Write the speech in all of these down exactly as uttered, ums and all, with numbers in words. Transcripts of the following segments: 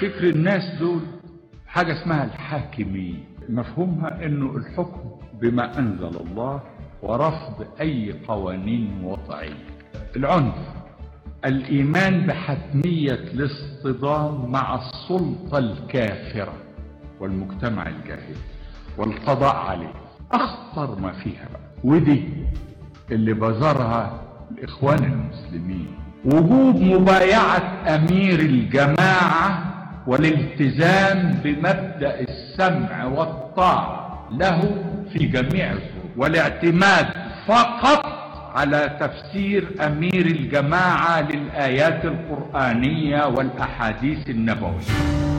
فكر الناس دول حاجة اسمها الحاكمية، مفهومها انه الحكم بما انزل الله ورفض اي قوانين وضعية. العنف، الايمان بحتمية الاصطدام مع السلطة الكافرة والمجتمع الجاهلي والقضاء عليه، اخطر ما فيها بقى ودي اللي بذرها الاخوان المسلمين، وجوب مبايعة امير الجماعة والالتزام بمبدأ السمع والطاعة له في جميع الظروف، والاعتماد فقط على تفسير امير الجماعة للآيات القرآنية والاحاديث النبوية.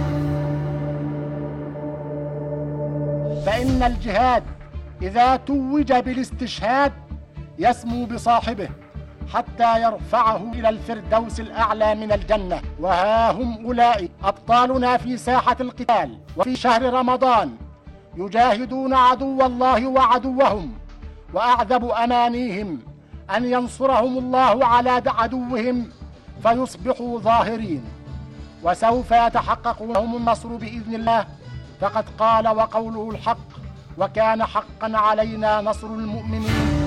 فإن الجهاد إذا توج بالاستشهاد يسمو بصاحبه حتى يرفعه إلى الفردوس الأعلى من الجنة. وها هم أولئك أبطالنا في ساحة القتال وفي شهر رمضان يجاهدون عدو الله وعدوهم، وأعذب أمانيهم أن ينصرهم الله على عدوهم فيصبحوا ظاهرين، وسوف يتحقق لهم النصر بإذن الله، فقد قال وقوله الحق: وكان حقا علينا نصر المؤمنين.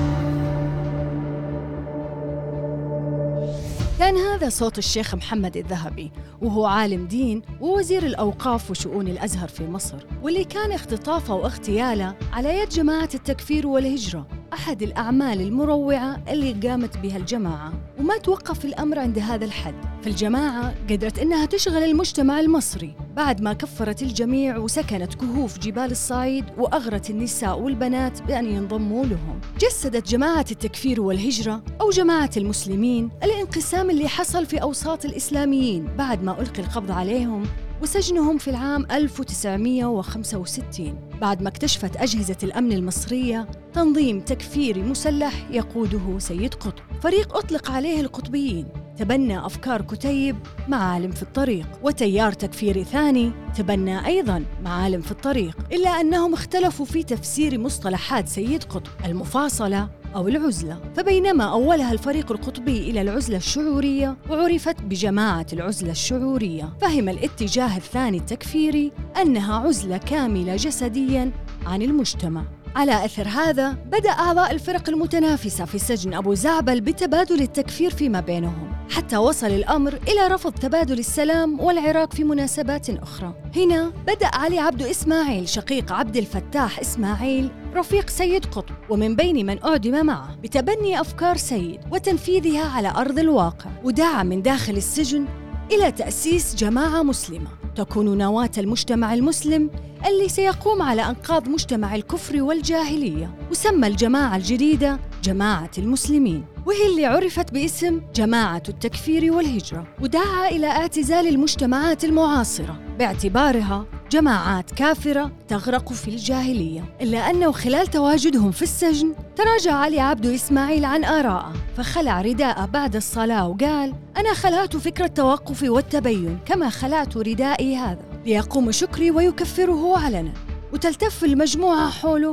كان هذا صوت الشيخ محمد الذهبي، وهو عالم دين ووزير الأوقاف وشؤون الأزهر في مصر، واللي كان اختطافه واغتياله على يد جماعة التكفير والهجرة أحد الأعمال المروعة اللي قامت بها الجماعة. وما توقف الأمر عند هذا الحد، فالجماعة قدرت إنها تشغل المجتمع المصري بعد ما كفرت الجميع وسكنت كهوف جبال الصعيد وأغرت النساء والبنات بأن ينضموا لهم. جسدت جماعة التكفير والهجرة أو جماعة المسلمين الانقسام اللي حصل في أوساط الإسلاميين بعد ما ألقي القبض عليهم وسجنهم في العام ألف وتسعمئة وخمسة وستين، بعد ما اكتشفت أجهزة الأمن المصرية تنظيم تكفيري مسلح يقوده سيد قطب، فريق أطلق عليه القطبيين تبنى أفكار كتيب معالم في الطريق، وتيار تكفيري ثاني تبنى أيضاً معالم في الطريق، إلا أنهم اختلفوا في تفسير مصطلحات سيد قطب: المفاصلة أو العزلة. فبينما أولها الفريق القطبي إلى العزلة الشعورية وعرفت بجماعة العزلة الشعورية، فهم الاتجاه الثاني التكفيري أنها عزلة كاملة جسدياً عن المجتمع. على أثر هذا بدأ أعضاء الفرق المتنافسة في سجن أبو زعبل بتبادل التكفير فيما بينهم، حتى وصل الأمر إلى رفض تبادل السلام والعراق في مناسبات أخرى. هنا بدأ علي عبد إسماعيل شقيق عبد الفتاح إسماعيل رفيق سيد قطب، ومن بين من أعدم معه، بتبني أفكار سيد وتنفيذها على أرض الواقع، ودعا من داخل السجن إلى تأسيس جماعة مسلمة تكون نواة المجتمع المسلم اللي سيقوم على أنقاض مجتمع الكفر والجاهلية. وسمى الجماعة الجديدة جماعة المسلمين، وهي اللي عرفت باسم جماعة التكفير والهجرة، ودعا إلى اعتزال المجتمعات المعاصرة باعتبارها جماعات كافرة تغرق في الجاهلية. إلا أنه خلال تواجدهم في السجن تراجع علي عبد إسماعيل عن آرائه، فخلع رداءه بعد الصلاة وقال: أنا خلعت فكرة التوقف والتبين كما خلعت ردائي هذا ليقوم شكري ويكفره علنا، وتلتف المجموعة حوله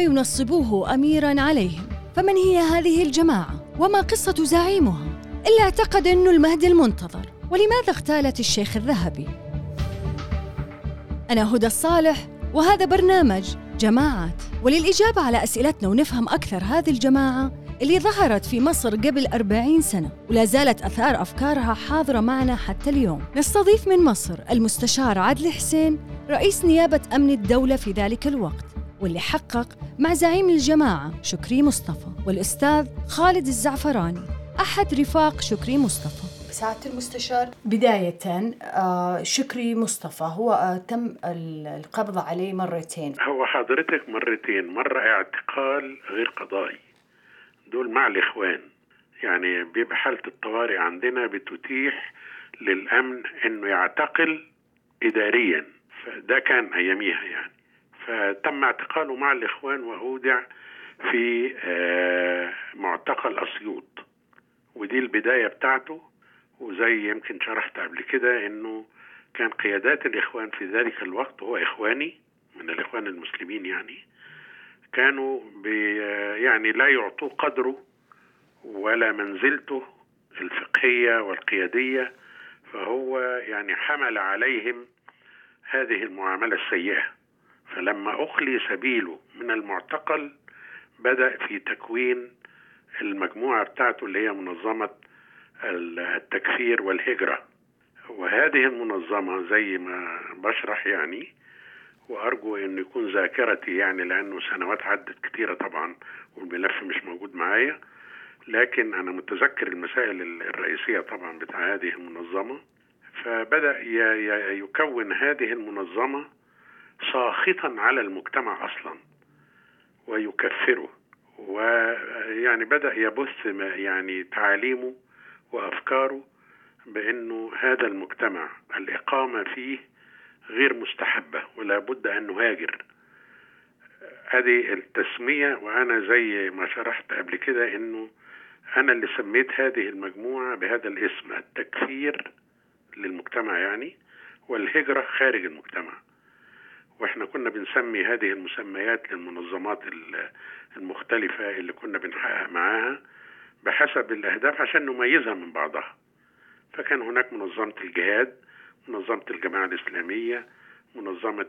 وينصبوه أميراً عليهم. فمن هي هذه الجماعة؟ وما قصة زعيمها اللي اعتقد أنه المهدي المنتظر؟ ولماذا اغتالت الشيخ الذهبي؟ أنا هدى الصالح، وهذا برنامج جماعات. وللإجابة على أسئلتنا ونفهم أكثر هذه الجماعة اللي ظهرت في مصر قبل أربعين سنة ولا زالت أثار أفكارها حاضرة معنا حتى اليوم، نستضيف من مصر المستشار عدلي حسين رئيس نيابة أمن الدولة في ذلك الوقت، واللي حقق مع زعيم الجماعة شكري مصطفى، والأستاذ خالد الزعفراني أحد رفاق شكري مصطفى. سعادة المستشار، بداية آه شكري مصطفى هو آه تم القبض عليه مرتين. هو حضرتك مرتين، مرة اعتقال غير قضائي، دول مع الإخوان، يعني بيبقى حالة الطوارئ عندنا بتتيح للأمن إنه يعتقل إداريا، فده كان أياميها يعني، فتم اعتقاله مع الإخوان وأودع في آه معتقل أسيوط، ودي البداية بتاعته. وزي يمكن شرحت قبل كده انه كان قيادات الاخوان في ذلك الوقت، هو اخواني من الاخوان المسلمين يعني، كانوا يعني لا يعطوه قدره ولا منزلته الفقهية والقيادية، فهو يعني حمل عليهم هذه المعاملة السيئة. فلما أخلي سبيله من المعتقل بدأ في تكوين المجموعة بتاعته اللي هي منظمة التكفير والهجرة. وهذه المنظمة زي ما بشرح يعني، وأرجو أن يكون ذاكرتي يعني لأنه سنوات عدت كتيرة طبعا والملف مش موجود معايا، لكن أنا متذكر المسائل الرئيسية طبعا بتاع هذه المنظمة. فبدأ يكون هذه المنظمة ساخطا على المجتمع أصلا ويكفره، ويعني بدأ يبث يعني تعاليمه وأفكاره بأنه هذا المجتمع الإقامة فيه غير مستحبة ولا بد أن نهاجر. هذه التسمية، وأنا زي ما شرحت قبل كده أنه أنا اللي سميت هذه المجموعة بهذا الاسم، التكفير للمجتمع يعني، والهجرة خارج المجتمع. وإحنا كنا بنسمي هذه المسميات للمنظمات المختلفة اللي كنا بنحقق معاها بحسب الأهداف عشان نميزها من بعضها. فكان هناك منظمة الجهاد، منظمة الجماعة الإسلامية، منظمة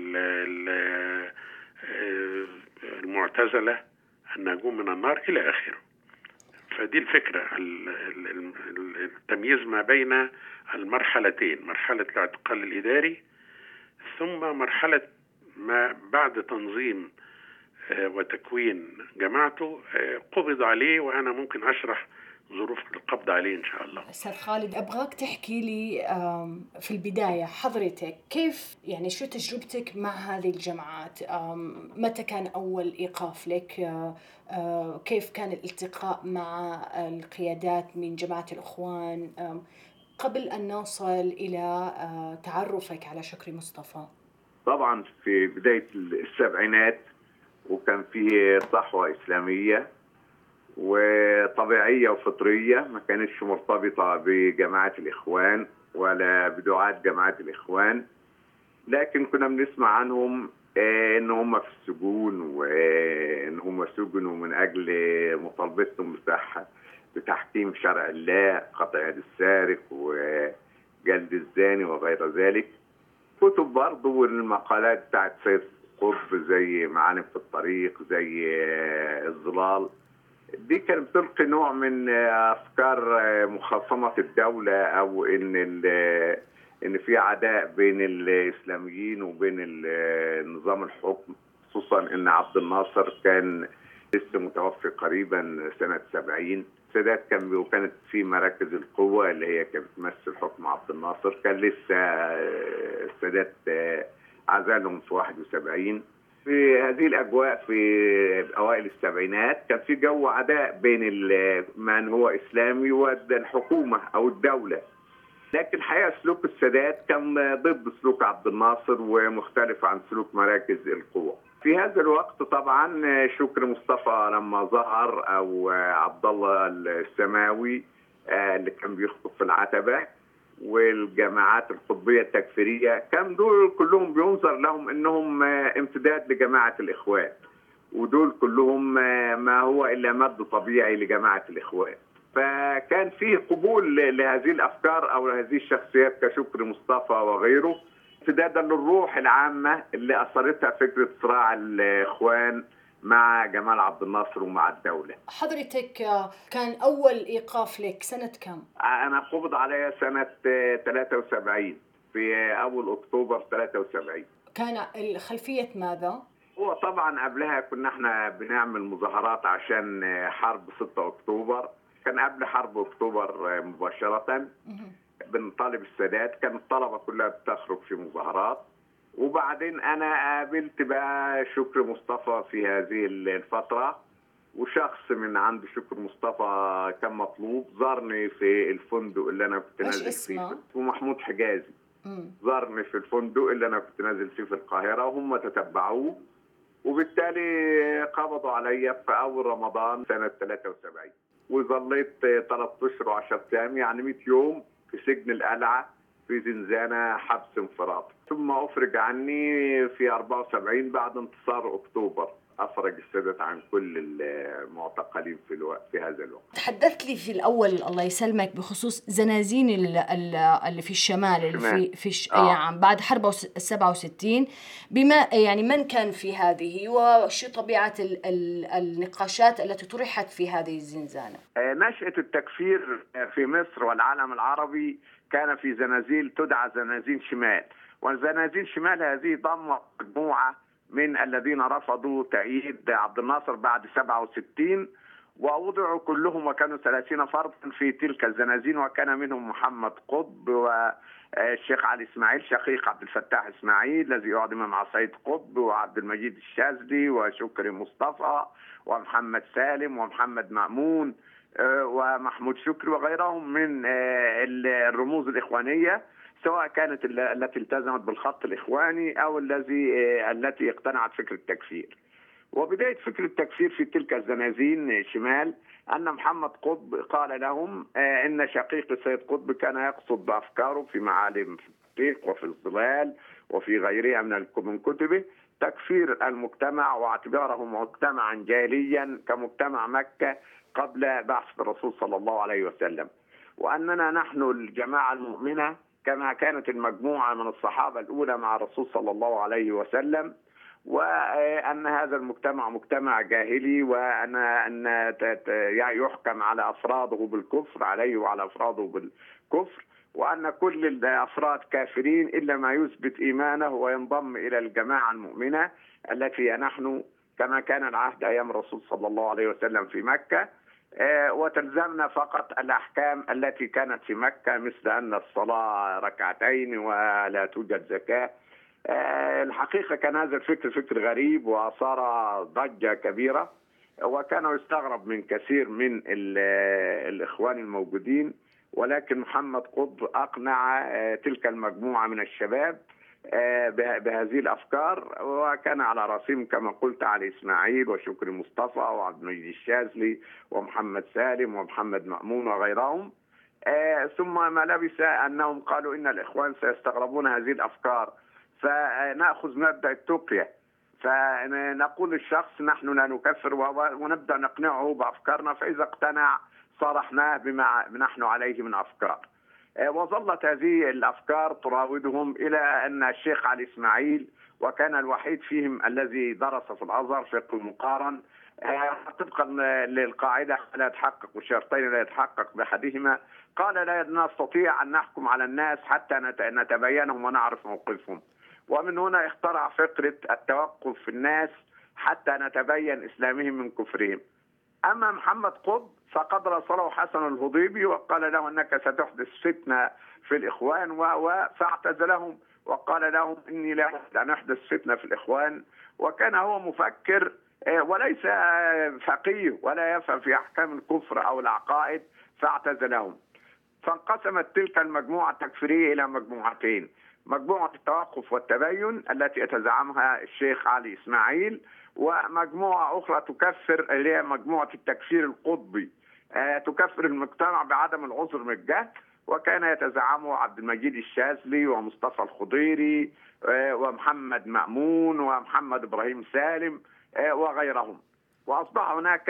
المعتزلة، الناجون من النار، إلى آخره. فدي الفكرة، التمييز ما بين المرحلتين، مرحلة الاعتقال الإداري ثم مرحلة ما بعد تنظيم وتكوين جماعته قبض عليه، وأنا ممكن أشرح ظروف القبض عليه إن شاء الله. أستاذ خالد، أبغاك تحكي لي في البداية حضرتك كيف يعني شو تجربتك مع هذه الجماعات؟ متى كان أول إيقاف لك؟ كيف كان الالتقاء مع القيادات من جماعة الإخوان قبل أن نوصل إلى تعرفك على شكري مصطفى؟ طبعا في بداية السبعينات وكان فيه صحوة إسلامية وطبيعية وفطرية، ما كانتش مرتبطة بجماعة الإخوان ولا بدعاة جماعة الإخوان، لكن كنا بنسمع عنهم إن هم في السجون وإن هم سجنوا من أجل مطالبتهم بتحكيم شرع الله، قطع يد السارق وجلد الزاني وغير ذلك. كتب برضه والمقالات بتاعت سيد قطب زي معالم في الطريق، زي الظلال، دي كانت بتلقي نوع من افكار مخاصمه الدوله، او ان ان في عداء بين الاسلاميين وبين نظام الحكم، خصوصا ان عبد الناصر كان لسه متوفي قريبا سنه سبعين. السادات كان وكانت في مراكز القوه اللي هي كانت بتمثل حكم عبد الناصر، كان لسه السادات عزلهم في واحد وسبعين. في هذه الأجواء في أوائل السبعينات كان في جو عداء بين من هو إسلامي والحكومة أو الدولة، لكن الحقيقة سلوك السادات كان ضد سلوك عبد الناصر ومختلف عن سلوك مراكز القوة. في هذا الوقت طبعا شكري مصطفى لما ظهر، أو عبد الله السماوي اللي كان بيخطب في العتبة، والجماعات القطبية التكفيرية، كان دول كلهم بينظر لهم انهم امتداد لجماعة الاخوان، ودول كلهم ما هو الا مد طبيعي لجماعة الاخوان. فكان فيه قبول لهذه الافكار او لهذه الشخصيات كشكري مصطفى وغيره، امتدادا للروح العامة اللي اثرتها فكرة صراع الاخوان مع جمال عبد الناصر ومع الدولة. حضرتك كان أول إيقاف لك سنة كم؟ أنا قبض عليا سنة ثلاثة وسبعين، في أول أكتوبر ثلاثة وسبعين. كان الخلفية ماذا؟ هو طبعا قبلها كنا احنا بنعمل مظاهرات عشان حرب ستة أكتوبر، كان قبل حرب أكتوبر مباشرة بنطالب السادات، كان الطلبة كلها بتخرج في مظاهرات. وبعدين أنا قابلت بقى شكري مصطفى في هذه الفترة، وشخص من عند شكري مصطفى كان مطلوب زارني في الفندق اللي أنا كنت نازل فيه، اسمه محمود حجازي. مم. زارني في الفندق اللي أنا كنت نازل فيه في القاهرة، وهم تتبعوه، وبالتالي قبضوا عليا في أول رمضان سنة ثلاثة وسبعين، وظليت ثلاثة أشهر وعشرة أيام، يعني مئة يوم في سجن القلعة في زنزانة حبس انفرادي، ثم أفرج عني في أربعة وسبعين بعد انتصار أكتوبر. أفرج السادات عن كل المعتقلين في الوقت في هذا الوقت. تحدثت لي في الأول الله يسلمك بخصوص زنازين اللي في الشمال اللي في في ش... آه. يعني بعد حرب سبعة وستين، بما يعني من كان في هذه وشو طبيعة ال... ال... النقاشات التي طرحت في هذه الزنزانة؟ نشأة التكفير في مصر والعالم العربي كان في زنازين تدعى زنازين شمال، وزنازين شمال هذه ضمت مجموعة من الذين رفضوا تأييد عبد الناصر بعد سبعة وستين، ووضعوا كلهم وكانوا ثلاثين فردا في تلك الزنازين، وكان منهم محمد قطب والشيخ علي إسماعيل شقيق عبد الفتاح إسماعيل الذي يعدم مع سيد قطب، وعبد المجيد الشاذلي وشكري مصطفى ومحمد سالم ومحمد مأمون ومحمود شكري وغيرهم من الرموز الإخوانية، سواء كانت التي التزمت بالخط الإخواني أو الذي التي اقتنعت فكرة التكفير. وبداية فكرة التكفير في تلك الزنازين شمال أن محمد قطب قال لهم إن شقيق السيد قطب كان يقصد بأفكاره في معالم التحقيق وفي الظلال وفي غيرها من كتبه تكفير المجتمع واعتباره مجتمعا جاهليا كمجتمع مكة قبل بعث الرسول صلى الله عليه وسلم، وأننا نحن الجماعة المؤمنة كما كانت المجموعة من الصحابة الأولى مع الرسول صلى الله عليه وسلم، وأن هذا المجتمع مجتمع جاهلي، وأن أن يحكم على أفراده بالكفر عليه وعلى أفراده بالكفر، وأن كل الأفراد كافرين إلا ما يثبت إيمانه وينضم إلى الجماعة المؤمنة التي نحن كما كان العهد أيام الرسول صلى الله عليه وسلم في مكة، وتلزمنا فقط الأحكام التي كانت في مكة مثل أن الصلاة ركعتين ولا توجد زكاة. الحقيقة كان هذا الفكر فكر غريب وصار ضجة كبيرة، وكان يستغرب من كثير من الإخوان الموجودين، ولكن محمد قطب أقنع تلك المجموعة من الشباب بهذه الأفكار، وكان على رأسهم كما قلت علي إسماعيل وشكري مصطفى وعبد المجيد الشاذلي ومحمد سالم ومحمد مأمون وغيرهم. ثم ما لبث أنهم قالوا إن الإخوان سيستغربون هذه الأفكار، فنأخذ مبدأ التقية، فنقول للشخص نحن لا نكفر ونبدأ نقنعه بأفكارنا، فإذا اقتنع صرحناه بما نحن عليه من أفكار. وظلت هذه الأفكار تراودهم إلى أن الشيخ علي إسماعيل، وكان الوحيد فيهم الذي درس في الأزهر فقه المقارن طبقا للقاعدة لا يتحقق الشرطين لا يتحقق بأحدهما، قال لا نستطيع أن نحكم على الناس حتى نتبينهم ونعرف موقفهم، ومن هنا اخترع فكرة التوقف في الناس حتى نتبين إسلامهم من كفرهم. أما محمد قطب فقد راسله حسن الهضيبي وقال له أنك ستحدث فتنة في الإخوان فاعتزلهم وقال لهم إني لا أريد أن أحدث فتنة في الإخوان، وكان هو مفكر وليس فقيه ولا يفهم في أحكام الكفر أو العقائد فاعتزلهم. فانقسمت تلك المجموعة التكفيرية إلى مجموعتين، مجموعة التوقف والتبين التي يتزعمها الشيخ علي إسماعيل، ومجموعة أخرى تكفر اللي هي مجموعة التكفير القطبي تكفر المجتمع بعدم العذر من الجهل، وكان يتزعمه عبد المجيد الشاذلي ومصطفى الخضيري ومحمد مأمون ومحمد إبراهيم سالم وغيرهم، وأصبح هناك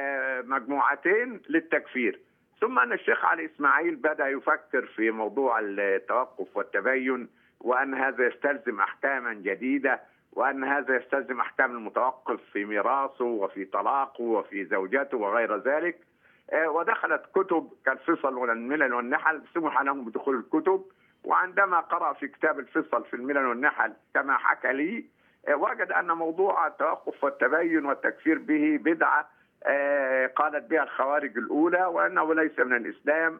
مجموعتين للتكفير. ثم أن الشيخ علي إسماعيل بدأ يفكر في موضوع التوقف والتبين، وأن هذا يستلزم أحكاما جديدة، وأن هذا يستلزم أحكام المتوقف في ميراثه وفي طلاقه وفي زوجته وغير ذلك. ودخلت كتب كالفصل والملل والنحل سمح لهم بدخول الكتب، وعندما قرأ في كتاب الفصل في الملل والنحل كما حكى لي وجد أن موضوع التوقف والتبين والتكفير به بدعة قالت بها الخوارج الأولى وأنه ليس من الإسلام،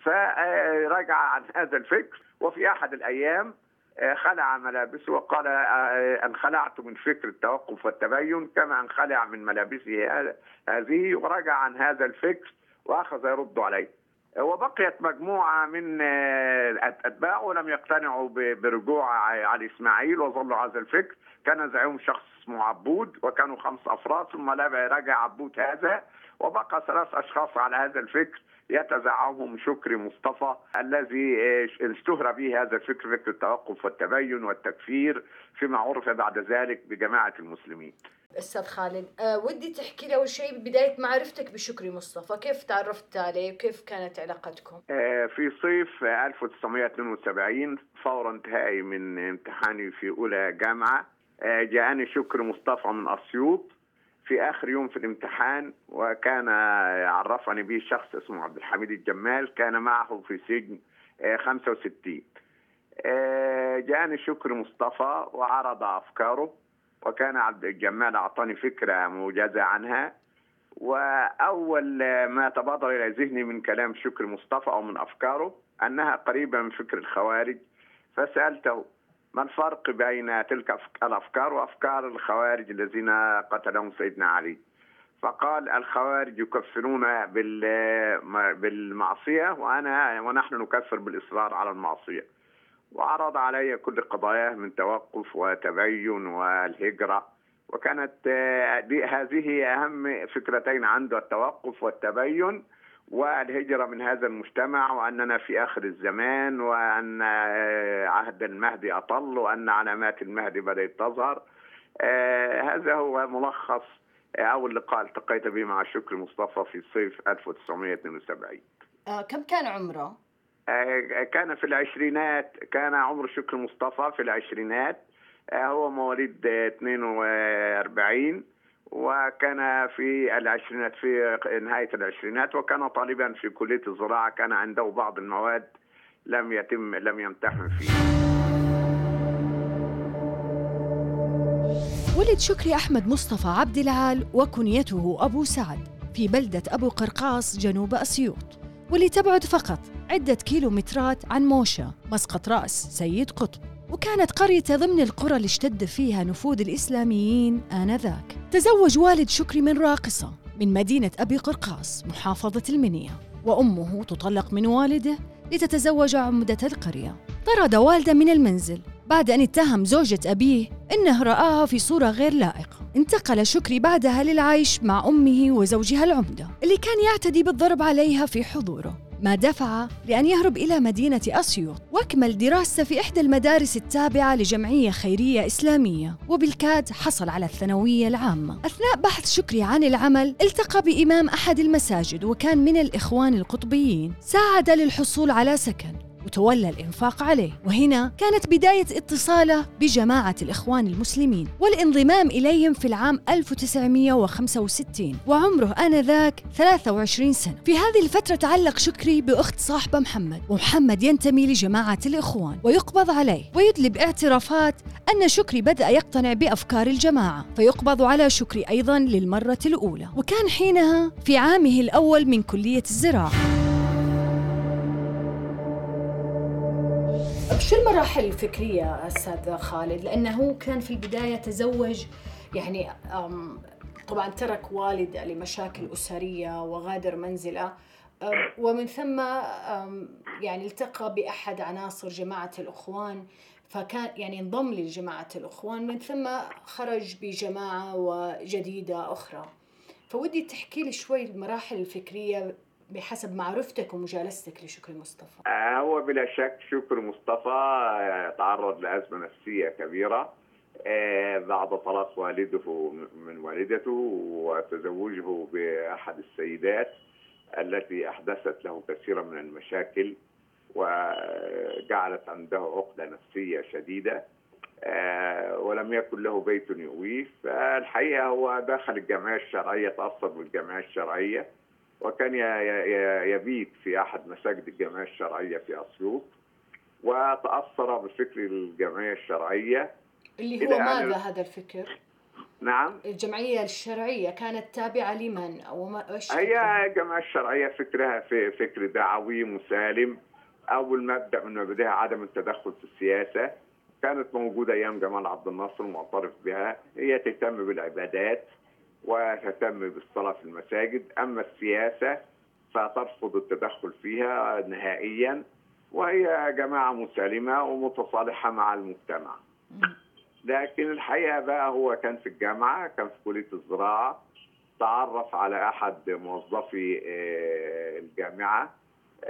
فرجع عن هذا الفكر. وفي أحد الأيام خلع ملابسه وقال انخلعت من فكر التوقف والتبين كما انخلع من ملابسه هذه، ورجع عن هذا الفكر وأخذ يرد عليه. وبقيت مجموعة من أتباعه لم يقتنعوا برجوع علي إسماعيل وظلوا هذا الفكر. كان زعيم شخص اسمه عبود وكانوا خمس أفراد، ثم رجع عبود هذا وبقى ثلاث أشخاص على هذا الفكر يتزعمهم شكري مصطفى الذي اشتهر به هذا الفكر فكر التوقف والتبين والتكفير فيما عرف بعد ذلك بجماعة المسلمين. أستاذ خالد، أه ودي تحكي لي أول شيء بداية معرفتك بشكري مصطفى، كيف تعرفت عليه وكيف كانت علاقتكم؟ آه، في صيف ألف وتسعمائة واثنين وسبعين فور انتهائي من امتحاني في أولى جامعة، آه، جاءني شكري مصطفى من أسيوط في آخر يوم في الامتحان، وكان عرفني به شخص اسمه عبد الحميد الجمال، كان معه في سجن آه، خمسة وستين. آه، جاءني شكري مصطفى وعرض أفكاره، وكان عبد الجمال أعطاني فكرة موجزة عنها. وأول ما تبادر إلى ذهني من كلام شكري مصطفى أو من أفكاره أنها قريبة من فكر الخوارج، فسألته ما الفرق بين تلك الأفكار وأفكار الخوارج الذين قتلهم سيدنا علي؟ فقال الخوارج يكفرون بالمعصية وأنا ونحن نكفر بالإصرار على المعصية. وعرض علي كل قضاياه من توقف وتبين والهجرة، وكانت دي هذه أهم فكرتين عنده، التوقف والتبين والهجرة من هذا المجتمع، وأننا في آخر الزمان، وأن عهد المهدي أطل، وأن علامات المهدي بدأت تظهر. هذا هو ملخص أول لقاء التقيت به مع شكري مصطفى في صيف ألف وتسعمائة واثنين وسبعين. آه، كم كان عمره؟ كان في العشرينات، كان عمر شكري مصطفى في العشرينات، هو مواليد اثنين وأربعين، وكان في العشرينات في نهاية العشرينات، وكان طالبا في كلية الزراعة، كان عنده بعض المواد لم يتم لم يمتحن فيها. ولد شكري أحمد مصطفى عبد العال وكنيته أبو سعد في بلدة أبو قرقاص جنوب أسيوط، واللي تبعد فقط عدة كيلومترات عن موشة مسقط رأس سيد قطب، وكانت قرية ضمن القرى اللي اشتد فيها نفوذ الإسلاميين آنذاك. تزوج والد شكري من راقصة من مدينة أبي قرقاص محافظة المنيا، وأمه تطلق من والده لتتزوج عمدة القرية. طرد والده من المنزل بعد أن اتهم زوجة أبيه إنه رآها في صورة غير لائقة. انتقل شكري بعدها للعيش مع أمه وزوجها العمدة اللي كان يعتدي بالضرب عليها في حضوره، ما دفع لأن يهرب إلى مدينة أسيوط وأكمل دراسته في إحدى المدارس التابعة لجمعية خيرية إسلامية، وبالكاد حصل على الثانوية العامة. أثناء بحث شكري عن العمل التقى بإمام أحد المساجد وكان من الإخوان القطبيين، ساعد للحصول على سكن وتولى الإنفاق عليه، وهنا كانت بداية اتصاله بجماعة الإخوان المسلمين والانضمام إليهم في العام ألف وتسعمائة وخمسة وستين، وعمره آنذاك ثلاثة وعشرين سنة. في هذه الفترة تعلق شكري بأخت صاحبه محمد، ومحمد ينتمي لجماعة الإخوان ويقبض عليه، ويدلي باعترافات أن شكري بدأ يقتنع بأفكار الجماعة، فيقبض على شكري أيضاً للمرة الأولى، وكان حينها في عامه الأول من كلية الزراعة. شو المراحل الفكرية أستاذ خالد؟ لأنه كان في البداية تزوج، يعني طبعا ترك والده لمشاكل أسرية وغادر منزله، ومن ثم يعني التقى بأحد عناصر جماعة الإخوان، فكان يعني انضم لجماعة الإخوان، من ثم خرج بجماعة وجديدة أخرى. فودي تحكي لي شوي المراحل الفكرية بحسب معرفتك ومجالستك لشكري مصطفى. هو بلا شك شكري مصطفى تعرض لأزمة نفسية كبيرة بعد طلاق والده من والدته وتزوجه بأحد السيدات التي أحدثت له كثيرا من المشاكل وجعلت عنده عقدة نفسية شديدة، ولم يكن له بيت يؤويه. فالحقيقة هو دخل الجمعية الشرعية، تأثر بالجمعية الشرعية، وكان يبيت في أحد مساجد الجمعية الشرعية في أسيوط، وتأثر بفكر الجمعية الشرعية. اللي هو ماذا هذا الفكر؟ نعم، الجمعية الشرعية كانت تابعة لمن أو ما؟ هي الجمعية الشرعية فكرها في فكر دعوي مسالم. أول مبدأ من مبادئها عدم التدخل في السياسة، كانت موجودة أيام جمال عبد الناصر معترف بها. هي تهتم بالعبادات وتهتم بالصلاة في المساجد، أما السياسة فترفض التدخل فيها نهائيا، وهي جماعة مسالمة ومتصالحة مع المجتمع. لكن الحقيقة بقى هو كان في الجامعة، كان في كلية الزراعة، تعرف على أحد موظفي الجامعة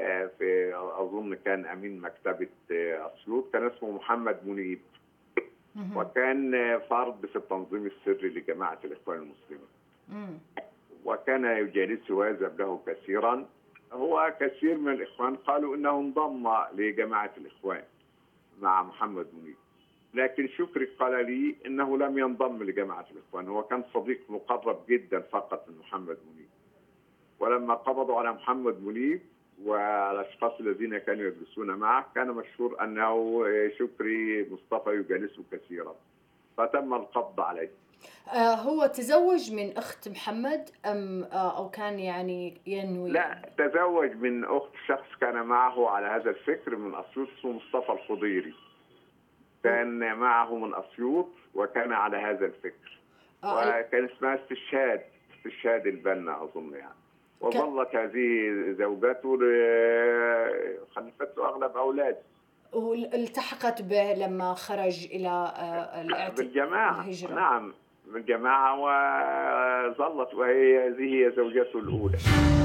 في أظن كان أمين مكتبة أسيوط، كان اسمه محمد منيب. وكان فرد في التنظيم السري لجماعة الإخوان المسلمين، وكان يجالسه ويذهب له كثيرا. هو كثير من الإخوان قالوا إنه انضم لجماعة الإخوان مع محمد منير، لكن شكري قال لي إنه لم ينضم لجماعة الإخوان، هو كان صديق مقرب جدا فقط من محمد منير. ولما قبضوا على محمد منير والأشخاص الذين كانوا يجلسون معه كان مشهور أنه شكري مصطفى يجالسه كثيرا، فتم القبض عليه. آه هو تزوج من أخت محمد أم آه أو كان يعني ينوي؟ لا، تزوج من أخت شخص كان معه على هذا الفكر من أسيوط اسمه مصطفى الخضيري، كان معه من أسيوط وكان على هذا الفكر. آه وكان اسمها استشهاد استشهاد البنا أظن يعني. وظلت هذه زوجته خلفته أغلب أولاده. والتحقت به لما خرج إلى بالجماعة الهجرة. نعم بالجماعة، وظلت وهي هذه هي زوجته الأولى.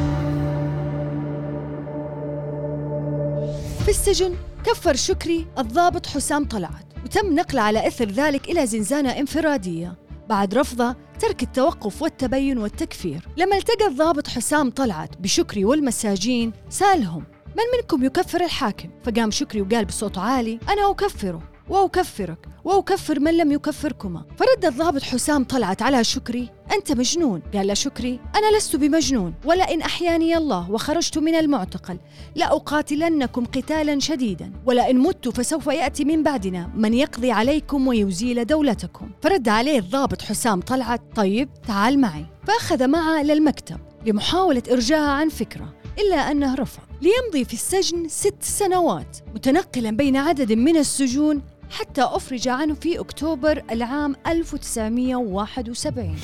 في السجن كفر شكري الضابط حسام طلعت، وتم نقله على إثر ذلك إلى زنزانة انفرادية بعد رفضه ترك التوقف والتبين والتكفير. لما التقى الضابط حسام طلعت بشكري والمساجين سألهم: من منكم يكفر الحاكم؟ فقام شكري وقال بصوت عالي: أنا أكفره وأكفرك وأكفر من لم يكفركما. فرد الضابط حسام طلعت على شكري: أنت مجنون. قال له شكري: أنا لست بمجنون، ولئن أحياني الله وخرجت من المعتقل لأقاتلنكم قتالا شديدا، ولئن مت فسوف يأتي من بعدنا من يقضي عليكم ويزيل دولتكم. فرد عليه الضابط حسام طلعت: طيب تعال معي. فأخذ معه للمكتب لمحاولة إرجاعه عن فكرة، إلا أنه رفض، ليمضي في السجن ست سنوات متنقلا بين عدد من السجون حتى أفرج عنه في أكتوبر العام ألف وتسعمئة وواحد وسبعين.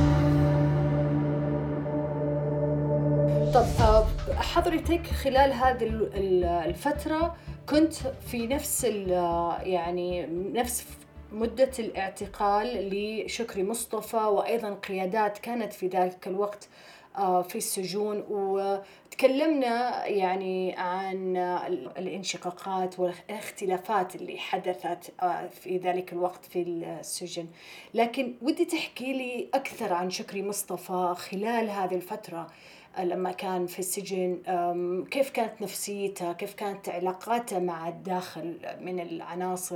طب حضرتك خلال هذه الفترة كنت في نفس يعني نفس مدة الاعتقال لشكري مصطفى، وأيضا قيادات كانت في ذلك الوقت في السجون، وتكلمنا يعني عن الانشقاقات والاختلافات اللي حدثت في ذلك الوقت في السجن. لكن ودي تحكي لي أكثر عن شكري مصطفى خلال هذه الفترة لما كان في السجن، كيف كانت نفسيته، كيف كانت علاقاته مع الداخل من العناصر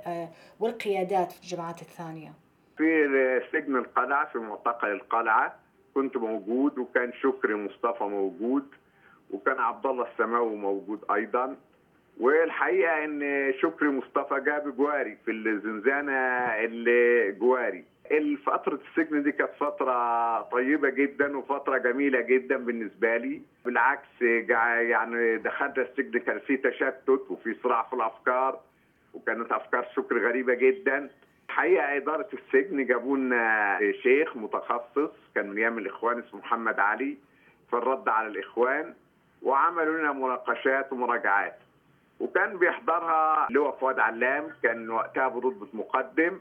والقيادات في الجماعات الثانية. في سجن القلعة في معتقل القلعة كنت موجود، وكان شكري مصطفى موجود، وكان عبد الله السماوي موجود ايضا. والحقيقه ان شكري مصطفى جاب جواري في الزنزانه اللي جواري. الفتره السجن دي كانت فتره طيبه جدا وفتره جميله جدا بالنسبه لي. بالعكس يعني دخلت السجن كان فيه تشتت وفي صراع في الافكار، وكانت افكار شكري غريبه جدا. الحقيقه اداره السجن جابوا لنا شيخ متخصص كان من ايام الاخوان اسمه محمد علي في الرد على الاخوان، وعملوا لنا مناقشات ومراجعات، وكان بيحضرها اللواء فؤاد علام كان وقتها برتبه مقدم،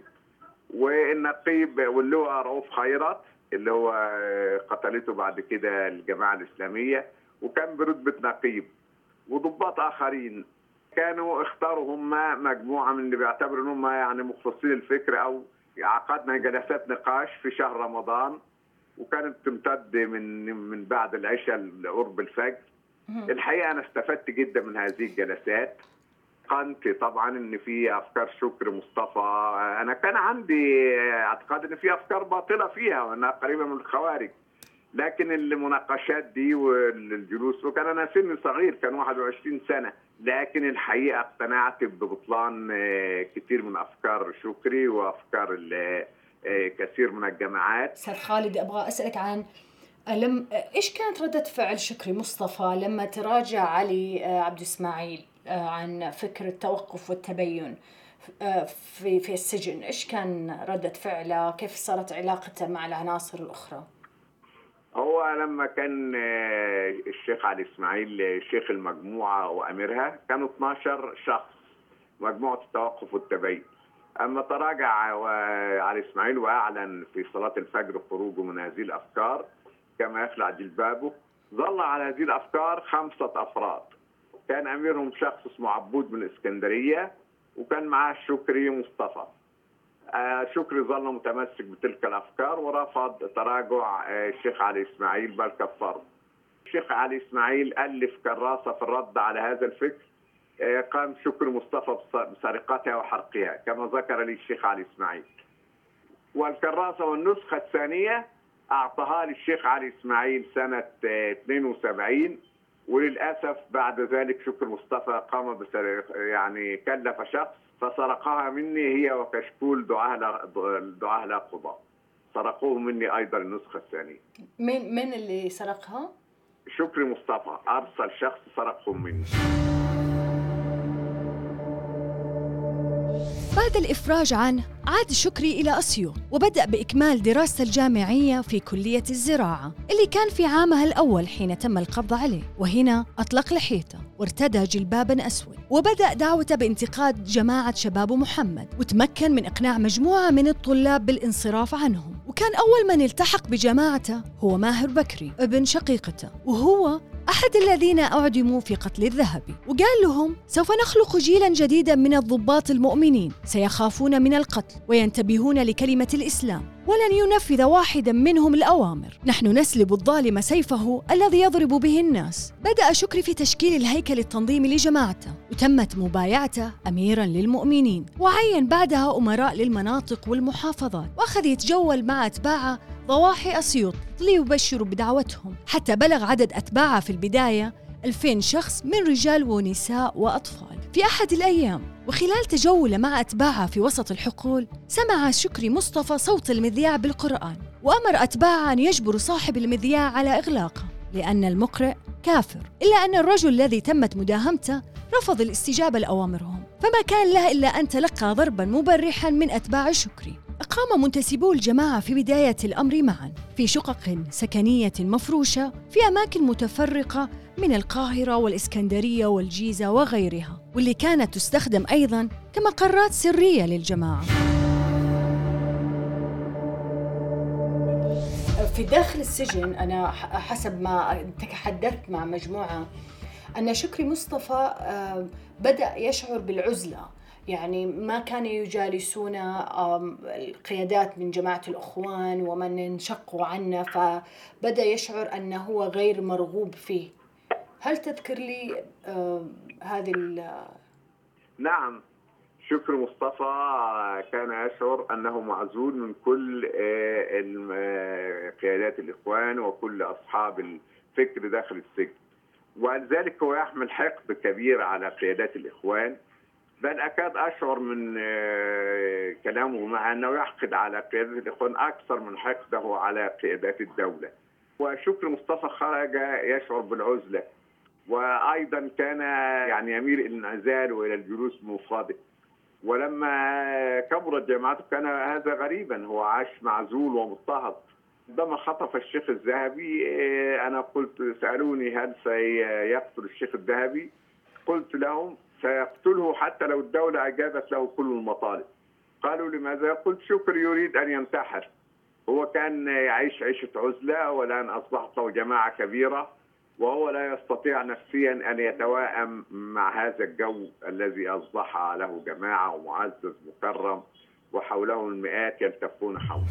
والنقيب واللواء رؤوف خيرت اللي هو قتلته بعد كده الجماعه الاسلاميه وكان برتبه نقيب، وضباط اخرين. كانوا اختاروا هم مجموعه من اللي بيعتبروا ان هم يعني مختصين الفكر، او عقدنا جلسات نقاش في شهر رمضان، وكانت تمتد من من بعد العشاء لقرب الفجر. الحقيقه انا استفدت جدا من هذه الجلسات. قنت طبعا ان في افكار شكري مصطفى، انا كان عندي اعتقاد ان في افكار باطله فيها وانها قريبه من الخوارج، لكن المناقشات دي والجلوس، وكان انا سني صغير كان واحد وعشرين سنة، لكن الحقيقه اقتنعت ببطلان كثير من افكار شكري وافكار كثير من الجماعات. استاذ خالد، ابغى اسالك عن لم ايش كانت ردة فعل شكري مصطفى لما تراجع علي عبد اسماعيل عن فكر التوقف والتبين في في السجن؟ ايش كان ردة فعله؟ كيف صارت علاقته مع العناصر الاخرى؟ هو لما كان الشيخ علي اسماعيل شيخ المجموعه واميرها كانوا اثناشر شخص مجموعه التوقف والتبين. اما تراجع علي اسماعيل واعلن في صلاه الفجر خروجه من هذه الافكار كما يخلع جلبابه، ظل على هذه الافكار خمسه افراد. كان اميرهم شخص اسمه عبود من الاسكندريه، وكان معاه شكري مصطفى. شكري ظل متمسك بتلك الأفكار ورفض تراجع الشيخ علي إسماعيل بل كفره. الشيخ علي إسماعيل ألف كراسة في الرد على هذا الفكر، قام شكري مصطفى بسرقتها وحرقها كما ذكر لي الشيخ علي إسماعيل. والكراسة والنسخة الثانية أعطاها للشيخ علي إسماعيل سنة اثنين وسبعين، وللأسف بعد ذلك شكري مصطفى قام بسرق، يعني كلف شخص فسرقها مني هي وكشكول دعاء دعاء لا قضاء، سرقوه مني أيضا النسخة الثانية. مين من اللي سرقها؟ شكري مصطفى أرسل شخص سرقهم مني. بعد الإفراج عنه عاد شكري إلى أسيوط وبدأ بإكمال دراسته الجامعية في كلية الزراعة اللي كان في عامها الأول حين تم القبض عليه، وهنا أطلق لحيته وارتدى جلباباً أسود وبدأ دعوته بانتقاد جماعة شباب محمد، وتمكن من إقناع مجموعة من الطلاب بالانصراف عنهم. وكان أول من التحق بجماعته هو ماهر بكري ابن شقيقته، وهو أحد الذين أعدموا في قتل الذهبي، وقال لهم: سوف نخلق جيلاً جديداً من الضباط المؤمنين سيخافون من القتل وينتبهون لكلمة الإسلام، ولن ينفذ واحداً منهم الأوامر. نحن نسلب الظالم سيفه الذي يضرب به الناس. بدأ شكري في تشكيل الهيكل التنظيمي لجماعته، وتمت مبايعته أميراً للمؤمنين، وعين بعدها أمراء للمناطق والمحافظات، وأخذ يتجول مع أتباعه ضواحي أسيوط ليبشروا بدعوتهم، حتى بلغ عدد أتباعه في البداية ألفين شخص من رجال ونساء وأطفال. في أحد الأيام وخلال تجوله مع أتباعه في وسط الحقول، سمع شكري مصطفى صوت المذياع بالقرآن، وأمر أتباعه أن يجبروا صاحب المذياع على إغلاقه لأن المقرئ كافر، إلا أن الرجل الذي تمت مداهمته رفض الاستجابة لأوامرهم، فما كان له إلا أن تلقى ضرباً مبرحاً من أتباع شكري. أقام منتسبو الجماعة في بداية الأمر معاً في شقق سكنية مفروشة في أماكن متفرقة من القاهرة والإسكندرية والجيزة وغيرها، واللي كانت تستخدم أيضاً كمقرات سرية للجماعة. في داخل السجن أنا حسب ما تحدثت مع مجموعة أن شكري مصطفى بدأ يشعر بالعزلة، يعني ما كانوا يجالسون القيادات من جماعة الأخوان ومن انشقوا عنه، فبدأ يشعر أنه هو غير مرغوب فيه. هل تذكر لي هذه ال نعم، شكري مصطفى كان يشعر أنه معزول من كل قيادات الإخوان وكل أصحاب الفكر داخل السجن، ولذلك هو يحمل حقد كبير على قيادات الإخوان، بل أكاد أشعر من كلامه مع أنه يحقد على قيادات الإخوان أكثر من حقده على قيادات الدولة. وشكري مصطفى خرج يشعر بالعزلة، وأيضا كان يعني يميل إلى الانعزال وإلى الجلوس بمفرده. ولما كبرت جماعته كان هذا غريبا، هو عاش معزول ومضطهد. عندما خطف الشيخ الذهبي أنا قلت، سألوني هل سيقتل الشيخ الذهبي؟ قلت لهم سيقتله حتى لو الدولة أجابت له كل المطالب. قالوا لماذا؟ قلت شكري يريد أن ينتحر، هو كان يعيش عيشة عزلة والآن أصبحت له جماعة كبيرة، وهو لا يستطيع نفسيا أن يتوائم مع هذا الجو الذي أصبح له جماعة ومعزز مكرم وحوله المئات يلتفون حوله.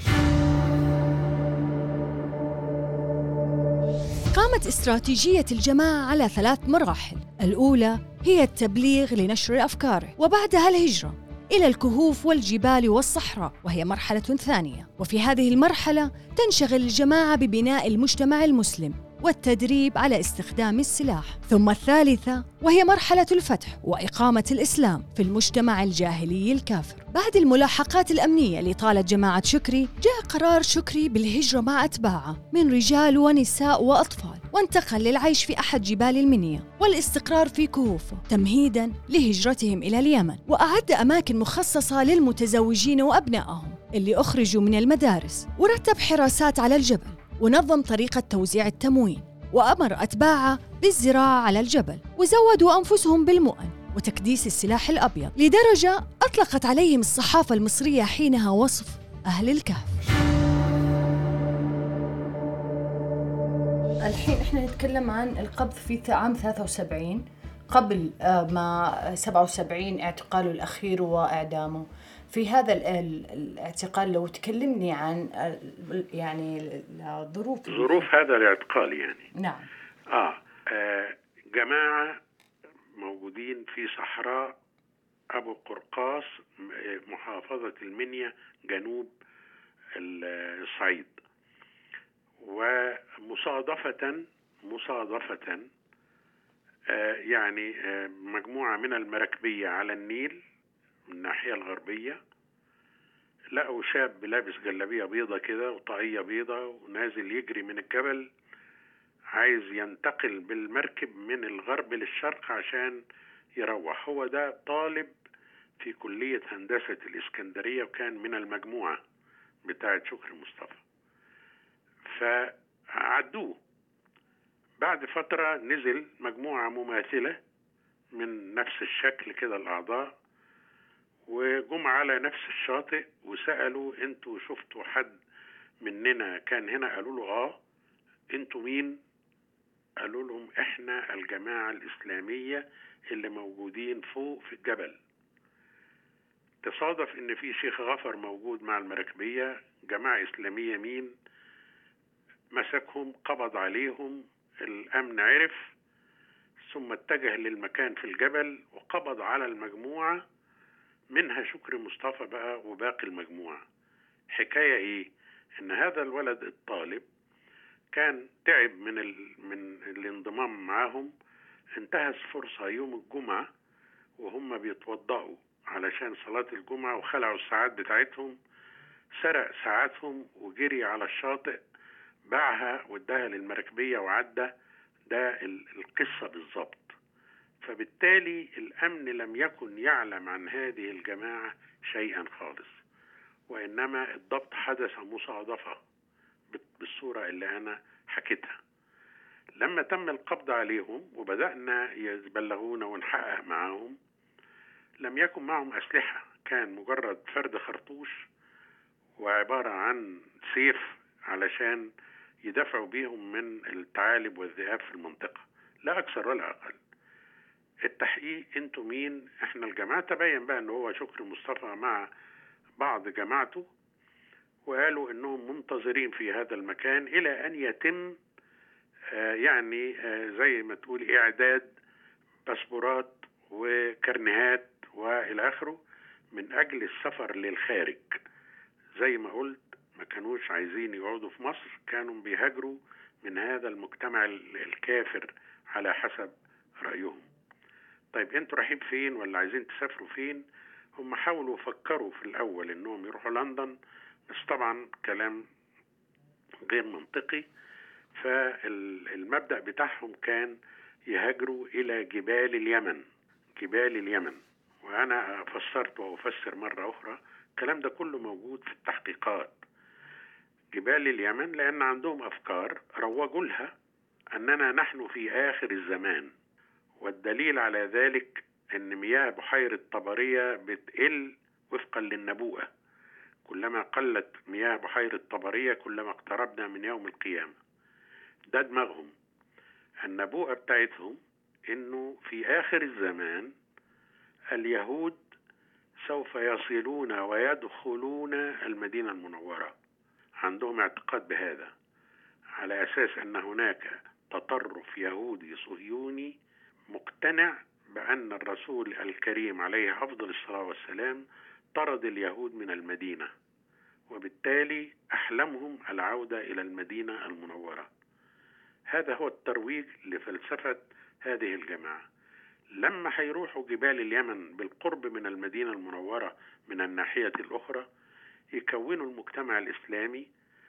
قامت استراتيجية الجماعة على ثلاث مراحل. الأولى هي التبليغ لنشر أفكاره، وبعدها الهجرة إلى الكهوف والجبال والصحراء وهي مرحلة ثانية. وفي هذه المرحلة تنشغل الجماعة ببناء المجتمع المسلم والتدريب على استخدام السلاح. ثم الثالثة وهي مرحلة الفتح وإقامة الإسلام في المجتمع الجاهلي الكافر. بعد الملاحقات الأمنية اللي طالت جماعة شكري، جاء قرار شكري بالهجرة مع أتباعه من رجال ونساء وأطفال، وانتقل للعيش في أحد جبال المنيا والاستقرار في كهوفه تمهيداً لهجرتهم إلى اليمن. وأعد أماكن مخصصة للمتزوجين وأبنائهم اللي أخرجوا من المدارس، ورتب حراسات على الجبل، ونظم طريقة توزيع التموين، وأمر أتباعه بالزراعة على الجبل، وزودوا أنفسهم بالمؤن وتكديس السلاح الأبيض، لدرجة أطلقت عليهم الصحافة المصرية حينها وصف أهل الكهف. الحين إحنا نتكلم عن القبض في عام ثلاثة وسبعين قبل ما سبعة وسبعين اعتقاله الأخير وإعدامه. في هذا الاعتقال، لو تكلمني عن يعني ظروف ظروف هذا الاعتقال يعني. نعم. آه. آه جماعة موجودين في صحراء أبو قرقاص، محافظة المنيا، جنوب الصعيد. ومصادفة مصادفة آه يعني آه مجموعة من المراكبية على النيل من الناحية الغربية لقوا شاب لابس جلابية بيضة كده وطاقية بيضة ونازل يجري من الجبل، عايز ينتقل بالمركب من الغرب للشرق عشان يروح. هو ده طالب في كلية هندسة الإسكندرية وكان من المجموعة بتاعة شكري مصطفى. فعدوه. بعد فترة نزل مجموعة مماثلة من نفس الشكل كده الأعضاء، وجم على نفس الشاطئ وسألوا انتوا شفتوا حد مننا كان هنا؟ قالوا له اه. انتوا مين؟ قالوا لهم احنا الجماعة الإسلامية اللي موجودين فوق في الجبل. تصادف ان في شيخ غفر موجود مع المراكبية. جماعة إسلامية مين؟ مسكهم، قبض عليهم، الأمن عرف، ثم اتجه للمكان في الجبل وقبض على المجموعة منها شكري مصطفى بقى وباقي المجموعة. حكاية ايه؟ ان هذا الولد الطالب كان تعب من ال... من الانضمام معاهم، انتهز فرصة يوم الجمعة وهم بيتوضأوا علشان صلاة الجمعة وخلعوا الساعات بتاعتهم، سرق ساعاتهم وجري على الشاطئ، باعها واداها للمراكبية وعدى. ده القصة بالضبط. فبالتالي الأمن لم يكن يعلم عن هذه الجماعة شيئا خالص، وإنما الضبط حدث مصادفة بالصورة اللي أنا حكيتها. لما تم القبض عليهم وبدأنا يبلغونا ونحقق معهم، لم يكن معهم أسلحة، كان مجرد فرد خرطوش وعبارة عن سيف علشان يدافعوا بيهم من الثعالب والذئاب في المنطقة، لا أكثر ولا أقل. التحقيق انتوا مين؟ احنا الجماعة. تبين بقى ان هو شكري مصطفى مع بعض جماعته، وقالوا انهم منتظرين في هذا المكان الى ان يتم آه يعني آه زي ما تقول اعداد باسبورات وكرنيهات والى اخره من اجل السفر للخارج. زي ما قلت ما كانوش عايزين يقعدوا في مصر، كانوا بيهاجروا من هذا المجتمع الكافر على حسب رأيهم. طيب انتوا رايحين فين ولا عايزين تسافروا فين؟ هم حاولوا فكروا في الاول انهم يروحوا لندن، بس طبعا كلام غير منطقي. فالمبدأ بتاعهم كان يهاجروا الى جبال اليمن. جبال اليمن، وانا فسرت وافسر مرة اخرى الكلام ده كله موجود في التحقيقات. جبال اليمن لان عندهم افكار روجوا لها اننا نحن في اخر الزمان، والدليل على ذلك ان مياه بحيرة طبرية بتقل وفقا للنبوءة. كلما قلت مياه بحيرة طبرية كلما اقتربنا من يوم القيامة. ده دماغهم. النبوءة بتاعتهم انه في اخر الزمان اليهود سوف يصلون ويدخلون المدينة المنورة. عندهم اعتقاد بهذا على اساس ان هناك تطرف يهودي صهيوني مقتنع بأن الرسول الكريم عليه أفضل الصلاة والسلام طرد اليهود من المدينة، وبالتالي أحلمهم العودة إلى المدينة المنورة. هذا هو الترويج لفلسفة هذه الجماعة. لما هيروحوا جبال اليمن بالقرب من المدينة المنورة من الناحية الأخرى يكونوا المجتمع الإسلامي،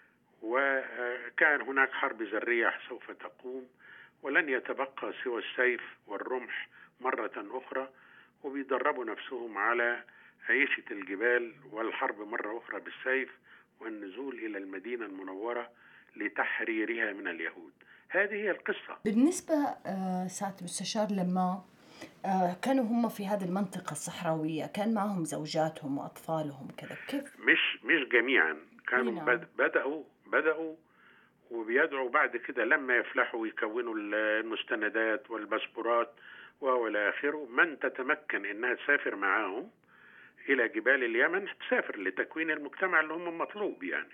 وكان هناك حرب ذرية سوف تقوم ولن يتبقى سوى السيف والرمح مرة أخرى، وبيدربوا نفسهم على عيشة الجبال والحرب مرة أخرى بالسيف والنزول إلى المدينة المنورة لتحريرها من اليهود. هذه هي القصة. بالنسبة آه سعادة المستشار، لما آه كانوا هم في هذه المنطقة الصحراوية كان معهم زوجاتهم وأطفالهم كذا، كيف؟ مش مش جميعا كانوا نعم. بد بدأوا بدأوا وبيدعوا بعد كده لما يفلحوا يكونوا المستندات والباسبورات والى اخره من تتمكن انها تسافر معاهم إلى جبال اليمن تسافر لتكوين المجتمع اللي هم مطلوب يعني،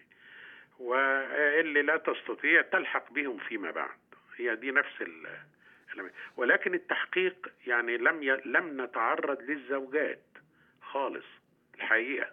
واللي لا تستطيع تلحق بهم فيما بعد. هي دي نفس ال ولكن التحقيق يعني لم ي... لم نتعرض للزوجات خالص الحقيقة،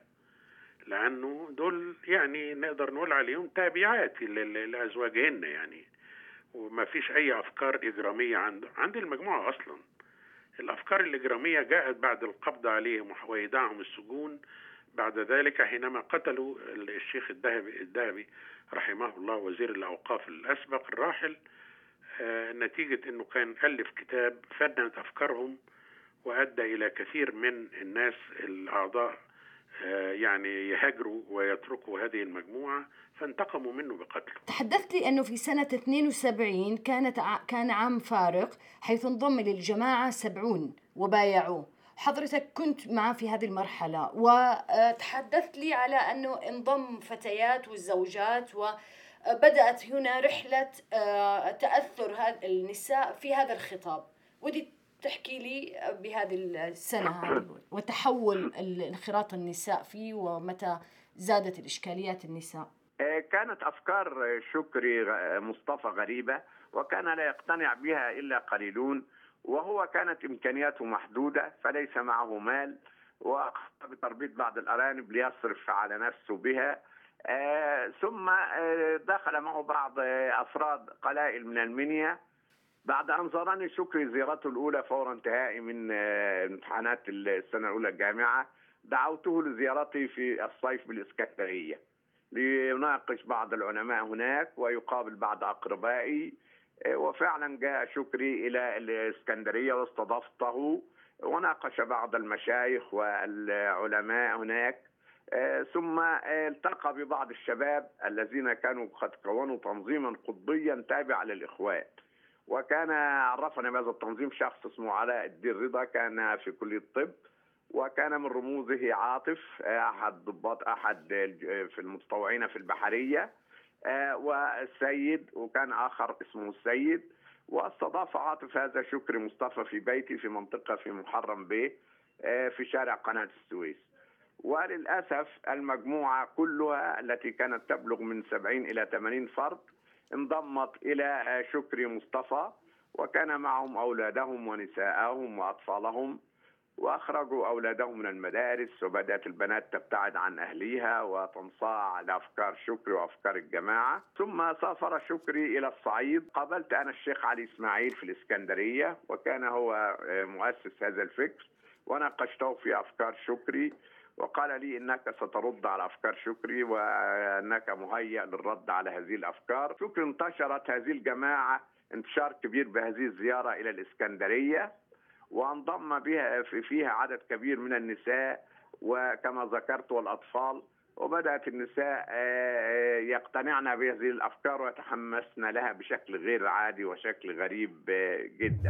لأنه دول يعني نقدر نقول عليهم تابعات لأزواجهن يعني، وما فيش أي أفكار إجرامية عند عند المجموعة أصلا. الأفكار الإجرامية جاءت بعد القبض عليهم وإيداعهم السجون بعد ذلك، حينما قتلوا الشيخ الذهبي الذهبي رحمه الله وزير الأوقاف الأسبق الراحل، آه نتيجة أنه كان ألف كتاب فنت أفكارهم وأدى إلى كثير من الناس الأعضاء آه يعني يهاجروا ويتركوا هذه المجموعة، فانتقموا منه بقتله. تحدثت لي أنه في سنة اثنين وسبعين كانت ع... كان عام فارق، حيث انضم للجماعة سبعون وبايعوه. حضرتك كنت معه في هذه المرحلة، وتحدثت لي على أنه انضم فتيات والزوجات، وبدأت هنا رحلة تأثر هذا النساء في هذا الخطاب. ودي تحكي لي بهذه السنة هذه وتحول انخراط النساء فيه، ومتى زادت الإشكاليات النساء. كانت أفكار شكري مصطفى غريبة، وكان لا يقتنع بها إلا قليلون، وهو كانت إمكانياته محدودة، فليس معه مال، وأخذ بتربية بعض الأرانب ليصرف على نفسه بها. آه ثم آه دخل معه بعض آه أفراد قلائل من المنيا. بعد أن زارني شكري زيارته الأولى فور انتهائي من آه امتحانات السنة الأولى الجامعة، دعوته لزيارتي في الصيف بالإسكندرية ليناقش بعض العلماء هناك ويقابل بعض أقربائي. وفعلا جاء شكري إلى الإسكندرية واستضفته وناقش بعض المشايخ والعلماء هناك، ثم التقى ببعض الشباب الذين كانوا قد كونوا تنظيما قطبيا تابع للإخوان، وكان عرفنا بهذا التنظيم شخص اسمه علاء الدين رضا، كان في كلية الطب، وكان من رموزه عاطف أحد ضباط أحد في المتطوعين في البحرية، آه والسيد، وكان آخر اسمه السيد. واستضاف عاطف هذا شكري مصطفى في بيتي في منطقة في محرم بيه آه في شارع قناة السويس. وللأسف المجموعة كلها التي كانت تبلغ من سبعين إلى ثمانين فرد انضمت إلى آه شكري مصطفى، وكان معهم أولادهم ونساءهم وأطفالهم، وأخرجوا أولادهم من المدارس، وبدأت البنات تبتعد عن أهليها وتنصاع لأفكار شكري وأفكار الجماعة. ثم سافر شكري إلى الصعيد، قابلت أنا الشيخ علي إسماعيل في الإسكندرية، وكان هو مؤسس هذا الفكر، وناقشته في أفكار شكري، وقال لي إنك سترد على أفكار شكري وأنك مهيأ للرد على هذه الأفكار. شكري انتشرت هذه الجماعة انتشار كبير بهذه الزيارة إلى الإسكندرية، وانضم بها فيها عدد كبير من النساء وكما ذكرت والأطفال، وبدأت النساء يقتنعن بهذه الأفكار ويتحمسن لها بشكل غير عادي وشكل غريب جدا.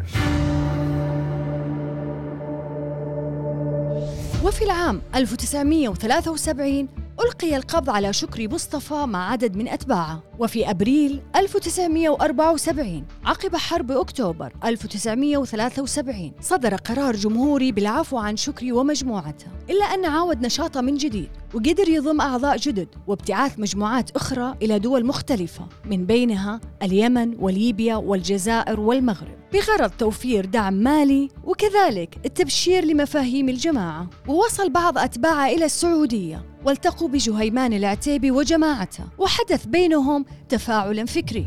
وفي العام ألف وتسعمئة وثلاثة وسبعين ألقي القبض على شكري مصطفى مع عدد من أتباعه. وفي أبريل ألف وتسعمئة وأربعة وسبعين عقب حرب أكتوبر ألف وتسعمئة وثلاثة وسبعين صدر قرار جمهوري بالعفو عن شكري ومجموعته، إلا أن عاود نشاطه من جديد وقدر يضم أعضاء جدد وابتعاث مجموعات أخرى إلى دول مختلفة، من بينها اليمن وليبيا والجزائر والمغرب، بغرض توفير دعم مالي وكذلك التبشير لمفاهيم الجماعة. ووصل بعض أتباعه إلى السعودية والتقوا بجهيمان العتيبي وجماعته، وحدث بينهم تفاعل فكري.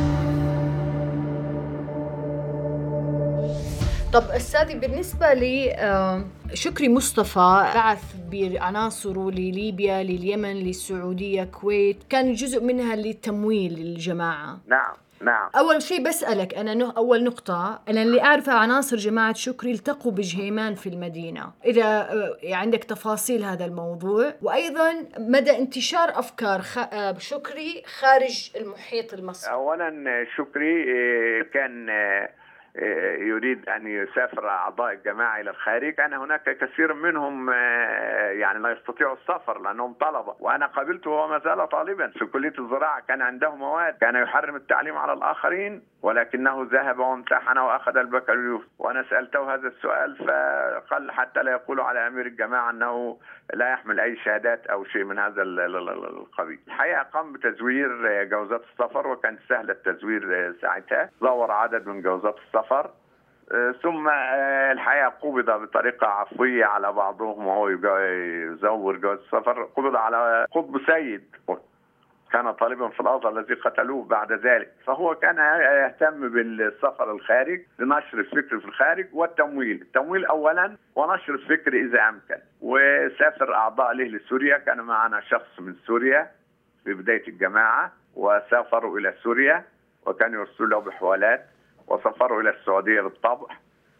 طب أستاذي، بالنسبة لشكري مصطفى بعث بعناصره لليبيا، لليمن، للسعودية، الكويت، كان جزء منها للتمويل للجماعة. نعم نعم. أول شيء بسألك أنا، أول نقطة، أنا اللي أعرفه عناصر جماعة شكري التقوا بجهيمان في المدينة، إذا عندك تفاصيل هذا الموضوع، وأيضا مدى انتشار أفكار شكري خارج المحيط المصري. أولا شكري كان يريد أن يسافر أعضاء الجماعة إلى الخارج، كان هناك كثير منهم يعني لا يستطيعوا السفر لأنهم طلبة، وأنا قابلته وهو ما زال طالبا في كلية الزراعة، كان عنده مواد كان يحرم التعليم على الآخرين ولكنه ذهب وامتحن وأخذ البكالوريوس. وأنا سألته هذا السؤال فقال حتى لا يقولوا على أمير الجماعة أنه لا يحمل أي شهادات أو شيء من هذا القبيل. الحقيقة قام بتزوير جوازات السفر، وكان سهل التزوير ساعتها، زور عدد من جوازات السفر، ثم الحقيقة قبض بطريقة عفوية على بعضهم وهو يزور جواز السفر. قبض على قطب سيد كان طالبا في الأزهر الذي قتلوه بعد ذلك. فهو كان يهتم بالسفر الخارج لنشر الفكر في الخارج والتمويل، التمويل أولا ونشر الفكر إذا أمكن. وسافر أعضاء له لسوريا، كان معنا شخص من سوريا في بداية الجماعة وسافروا إلى سوريا وكان يرسلوا له بحوالات، وسافروا إلى السعودية بالطبع.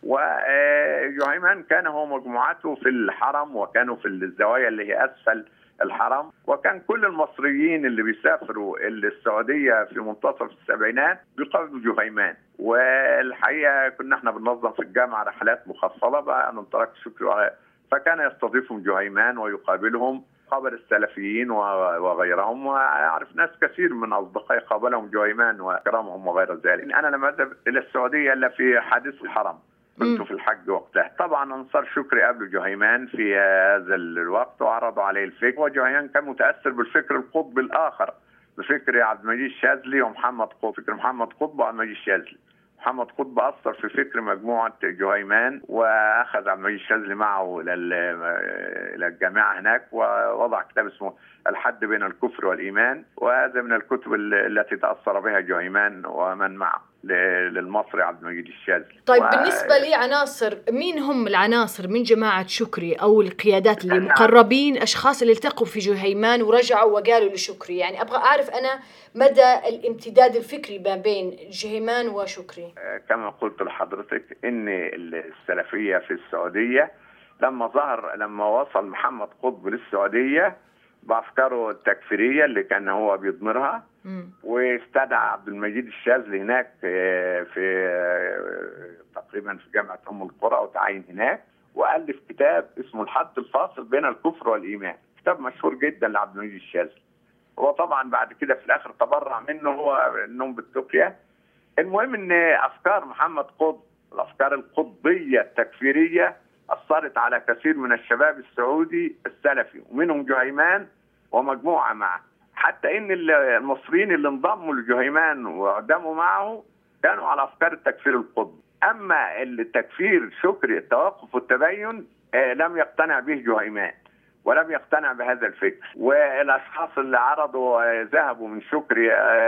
وجهيمان كان هو مجموعته في الحرم وكانوا في الزوايا اللي هي أسفل الحرم، وكان كل المصريين اللي بيسافروا السعودية في منتصف السبعينات بيقابلوا جهيمان. والحقيقة كنا احنا بننظم في الجامعة رحلات مخفضة بقى من طريق شكري، فكان يستضيفهم جهيمان ويقابلهم، قابل السلفيين وغيرهم، وأعرف ناس كثير من أصدقائي قابلهم جهيمان وكرمهم وغير ذلك. أنا لم أذهب إلى السعودية إلا في حادث الحرم، كنت في الحج وقتها. طبعا أنصار شكري قابلوا جهيمان في هذا الوقت وعرضوا عليه الفكر، وجهيمان كان متأثر بالفكر القطبي الآخر، بفكر عبد المجيد الشاذلي ومحمد قطب، فكر محمد قطب وعبد المجيد الشاذلي. محمد قطب أثر في فكر مجموعة جهيمان، وأخذ عبد المجيد الشاذلي معه إلى إلى الجامعة هناك، ووضع كتاب اسمه الحد بين الكفر والإيمان، وهذا من الكتب التي تأثر بها جهيمان ومن معه للمصري عبد المجيد الشاذلي. طيب و... بالنسبة لي عناصر، مين هم العناصر من جماعة شكري أو القيادات اللي مقربين أشخاص اللي التقوا في جهيمان ورجعوا وقالوا لشكري؟ يعني أبغى أعرف أنا مدى الامتداد الفكري ما بين جهيمان وشكري. كما قلت لحضرتك إن السلفية في السعودية لما ظهر لما وصل محمد قطب للسعودية بأفكاره التكفيرية اللي كان هو بيضمرها، واستدعى عبد المجيد الشاذلي هناك في تقريبا في جامعة أم القرى وتعين هناك، وألف كتاب اسمه الحد الفاصل بين الكفر والإيمان، كتاب مشهور جدا لعبد المجيد الشاذلي. هو طبعا بعد كده في الآخر تبرع منه هو النوم بالتقية. المهم إن أفكار محمد قطب، الأفكار القطبية التكفيرية، أثرت على كثير من الشباب السعودي السلفي ومنهم جهيمان ومجموعة معه، حتى إن المصريين اللي انضموا لجهيمان وقدموا معه كانوا على أفكار التكفير القطبي. أما التكفير شكري التوقف والتبين لم يقتنع به جهيمان ولم يقتنع بهذا الفكر، والأشخاص اللي عرضوا ذهبوا من شكري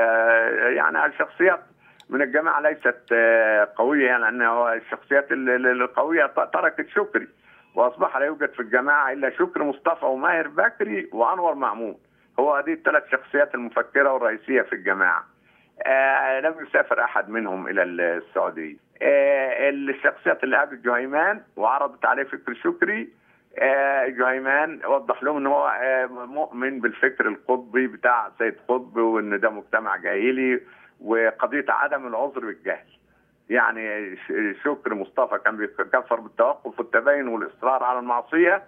يعني الشخصيات من الجماعة ليست قوية، لأن يعني الشخصيات القوية تركت شكري، وأصبح لا يوجد في الجماعة إلا شكري مصطفى وماهر بكري وأنور مأمون. هو هذه الثلاث شخصيات المفكرة والرئيسية في الجماعة. آه لم يسافر أحد منهم إلى السعودية. آه الشخصيات اللي قابلت جهيمان وعرضت عليه فكر شكري، آه جهيمان وضح لهم أنه هو آه مؤمن بالفكر القطبي بتاع سيد قطب، وأن ده مجتمع جاهلي، وقضية عدم العذر بالجهل. يعني شكر مصطفى كان بيكفر بالتوقف والتبين والإصرار على المعصية،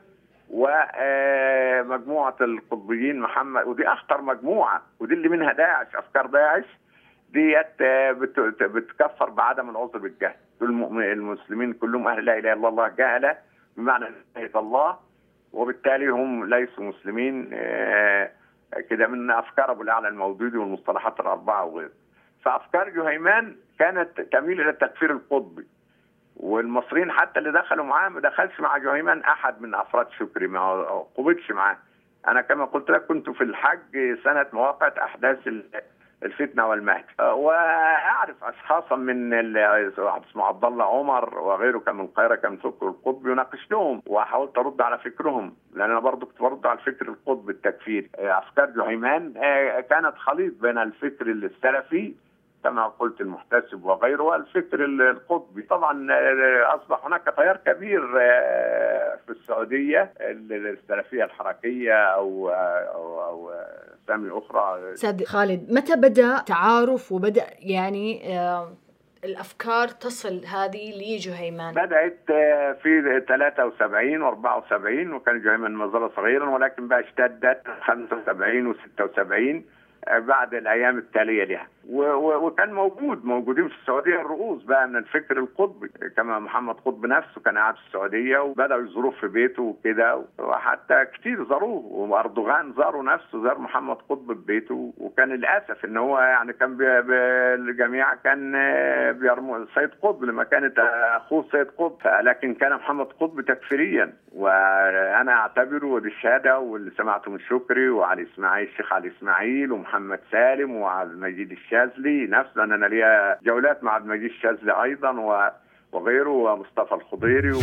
ومجموعة القطبيين محمد، ودي أخطر مجموعة، ودي اللي منها داعش، أفكار داعش ديت بتكفر بعدم العذر بالجهل. المسلمين كلهم أهل لا إله إلا الله جهلة بمعنى لا إله إلا الله، وبالتالي هم ليسوا مسلمين كده، من أفكار أبو الأعلى المودودي والمصطلحات الأربعة وغيره. فأفكار جهيمان كانت تميل إلى التكفير القطبي، والمصريين حتى اللي دخلوا معاه ما دخلش مع جهيمان أحد من أفراد شكري، ما قبضش معاه. أنا كما قلت لك كنت في الحج سنة مواقعة أحداث الفتنة والمهد، وأعرف أشخاصا من واحد اسمه عبد الله عمر وغيره كان من القاهرة كان فكر القطبي، وناقشتهم وحاولت أرد على فكرهم، لأن أنا برضو كنت برد على الفكر القطبي التكفيري. أفكار جهيمان كانت خليط بين الفكر السلفي كما قلت المحتسب وغيره والفكر القطبي. طبعا أصبح هناك تيار كبير في السعودية، السلفية الحركية أو أو أو أسامي أخرى. سيد خالد، متى بدأ تعارف وبدأ يعني الأفكار تصل هذه لجهيمان؟ بدأت في ثلاثة وسبعين وأربعة وسبعين، وكان جهيمان ما زال صغيرا، ولكن بقى اشتدت خمسة وسبعين وستة وسبعين بعد الأيام التالية لها. وكان موجود موجودين في السعودية الرؤوس بقى من الفكر القطبي، كما محمد قطب نفسه كان قاعد في السعودية وبدأوا يزوروه في بيته وكده، وحتى كتير زاروه، وأردوغان زاروا نفسه، زار محمد قطب في بيته. وكان للأسف إن هو يعني كان الجميع كان بيرموا السيد قطب لما كانت أخوه السيد قطب، لكن كان محمد قطب تكفيريا. وأنا أعتبره ودي الشهادة واللي سمعته من شكري وعلي إسماعيل، الشيخ علي إسماعيل ومحمد سالم وعبد المجيد الشاذلي نفسه، أنا ليا جولات مع عبد المجيد الشاذلي أيضا وغيره ومصطفى الخضيري و...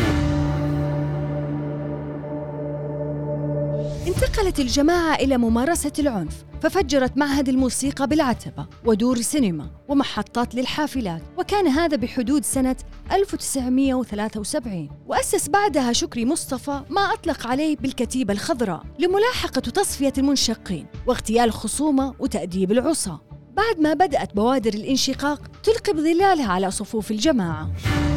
انتقلت الجماعة إلى ممارسة العنف، ففجرت معهد الموسيقى بالعتبة ودور سينما ومحطات للحافلات، وكان هذا بحدود سنة ألف وتسعمئة وثلاثة وسبعين. وأسس بعدها شكري مصطفى ما أطلق عليه بالكتيبة الخضراء لملاحقة وتصفية المنشقين واغتيال الخصومة وتأديب العصاة، بعد ما بدأت بوادر الانشقاق تلقي بظلالها على صفوف الجماعة.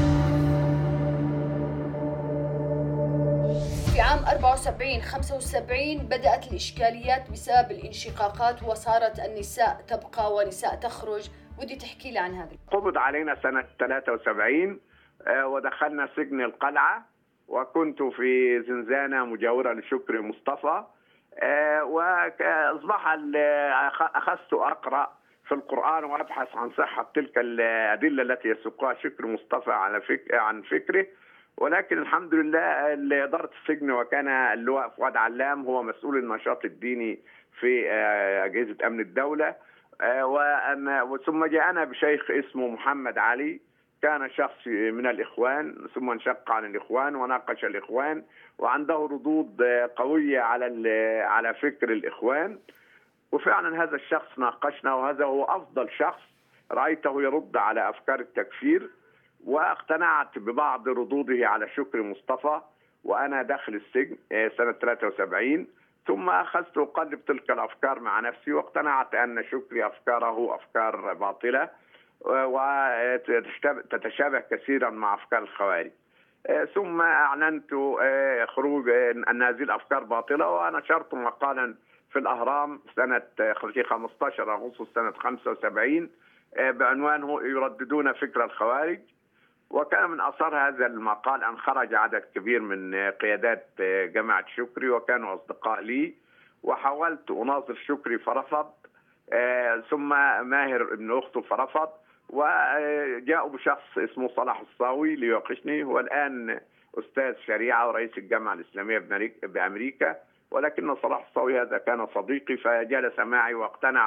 في عام أربعة وسبعين خمسة وسبعين بدأت الإشكاليات بسبب الانشقاقات، وصارت النساء تبقى ونساء تخرج. ودي تحكي لي عن هذا. قبض علينا سنة ثلاثة وسبعين ودخلنا سجن القلعة، وكنت في زنزانة مجاورة لشكري مصطفى، وأصبح أخذت أقرأ في القرآن وأبحث عن صحة تلك الأدلة التي يسوقها شكري مصطفى على فك... عن فكره. ولكن الحمد لله إدارة السجن وكان اللواء فؤاد علام هو مسؤول النشاط الديني في أجهزة أمن الدولة، ثم جاءنا بشيخ اسمه محمد علي، كان شخص من الإخوان ثم انشق عن الإخوان وناقش الإخوان، وعنده ردود قوية على على فكر الإخوان. وفعلا هذا الشخص ناقشنا، وهذا هو أفضل شخص رأيته يرد على أفكار التكفير، واقتنعت ببعض ردوده على شكري مصطفى وأنا داخل السجن سنة ثلاثة وسبعين. ثم أخذت أقلب تلك الأفكار مع نفسي، واقتنعت أن شكري أفكاره أفكار باطلة وتتشابه كثيرا مع أفكار الخوارج. ثم أعلنت خروج أن هذه الأفكار باطلة، ونشرت مقالا في الأهرام سنة في خمسة عشر أغسطس سنة خمسة وسبعين بعنوانه يرددون فكر الخوارج. وكان من أثار هذا المقال أن خرج عدد كبير من قيادات جماعة شكري وكانوا أصدقاء لي، وحاولت أناظر شكري فرفض، ثم ماهر ابن أخته فرفض، وجاءوا بشخص اسمه صلاح الصاوي ليناقشني. هو الآن أستاذ شريعة ورئيس الجامعة الإسلامية بأمريكا، ولكن صلاح الصاوي هذا كان صديقي فجلس معي واقتنع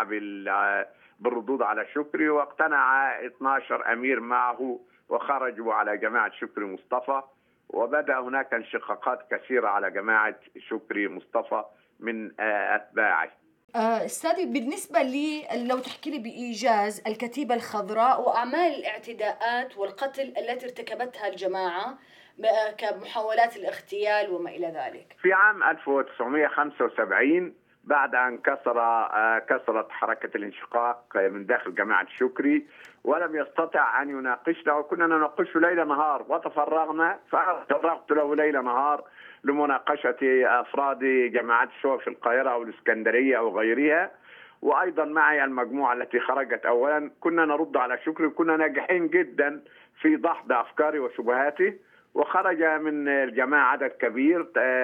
بالردود على شكري، واقتنع اثني عشر أمير معه وخرجوا على جماعة شكري مصطفى، وبدأ هناك انشقاقات كثيرة على جماعة شكري مصطفى من أتباعه. أستاذي بالنسبة لي لو تحكي لي بإيجاز الكتيبة الخضراء وأعمال الاعتداءات والقتل التي ارتكبتها الجماعة كمحاولات الاغتيال وما إلى ذلك. في عام ألف وتسعمئة وخمسة وسبعين بعد أن كسر كسرت حركة الانشقاق من داخل جماعة شكري ولم يستطع أن يناقشنا، وكنا نناقشه ليل نهار، وتفرغنا فتفرغت له ليل نهار لمناقشة أفراد جماعات الشورى في القاهرة أو الإسكندرية أو غيرها، وأيضا معي المجموعة التي خرجت. أولا كنا نرد على شكري، كنا ناجحين جدا في دحض أفكاره وشبهاته، وخرج من الجماعة عدد كبير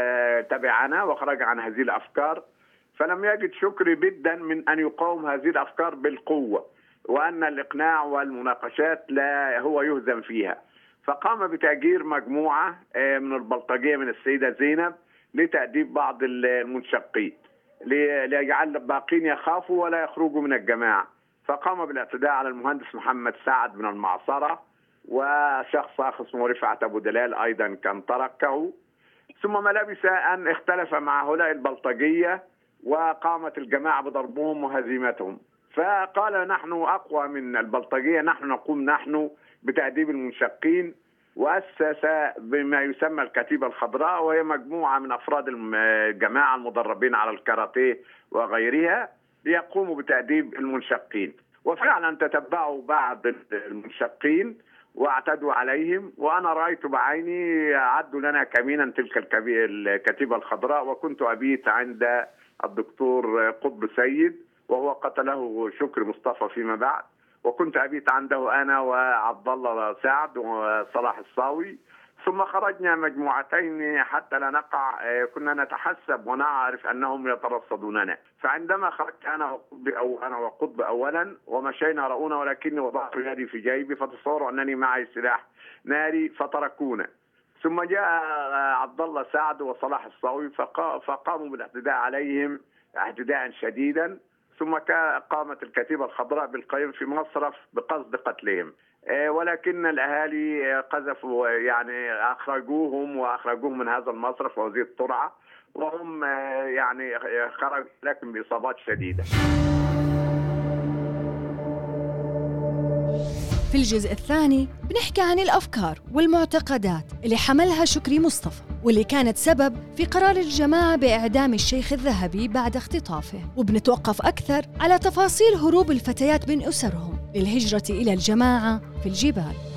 تبعنا وخرج عن هذه الأفكار، فلم يجد شكري بدا من أن يقاوم هذه الأفكار بالقوة، وأن الإقناع والمناقشات لا هو يهزم فيها، فقام بتأجير مجموعة من البلطجية من السيدة زينب لتأديب بعض المنشقين ليجعل الباقين يخافوا ولا يخرجوا من الجماعة. فقام بالاعتداء على المهندس محمد سعد من المعصرة، وشخص آخر اسمه رفعت أبو دلال أيضا كان تركه. ثم ما لبث أن اختلف مع هؤلاء البلطجية وقامت الجماعة بضربهم وهزيمتهم، فقال نحن أقوى من البلطجية، نحن نقوم نحن بتأديب المنشقين، وأسس بما يسمى الكتيبة الخضراء، وهي مجموعة من أفراد الجماعة المدربين على الكاراتيه وغيرها ليقوموا بتأديب المنشقين. وفعلا تتبعوا بعض المنشقين واعتدوا عليهم، وأنا رأيت بعيني عدوا لنا كمينا تلك الكتيبة الخضراء، وكنت أبيت عند الدكتور قطب سيد وهو قتله شكري مصطفى فيما بعد، وكنت أبيت عنده أنا وعبد الله سعد وصلاح الصاوي. ثم خرجنا مجموعتين حتى لا نقع، كنا نتحسب ونعرف أنهم يترصدوننا. فعندما خرجت أنا وقطب أو أنا وقطب أولا ومشينا رؤونا، ولكني وضعت يدي في جيبي فتصوروا أنني معي سلاح ناري فتركونا. ثم جاء عبد الله سعد وصلاح الصاوي فقاموا بالاعتداء عليهم اعتداء شديدا، ثم قامت الكتيبة الخضراء بالقيام في مصرف بقصد قتلهم، ولكن الأهالي قذفوا يعني أخرجوهم وأخرجوهم من هذا المصرف وهذه الترعة، وهم يعني خرجوا لكن بإصابات شديدة. في الجزء الثاني بنحكي عن الأفكار والمعتقدات اللي حملها شكري مصطفى واللي كانت سبب في قرار الجماعة بإعدام الشيخ الذهبي بعد اختطافه، وبنتوقف أكثر على تفاصيل هروب الفتيات من أسرهم للهجرة إلى الجماعة في الجبال.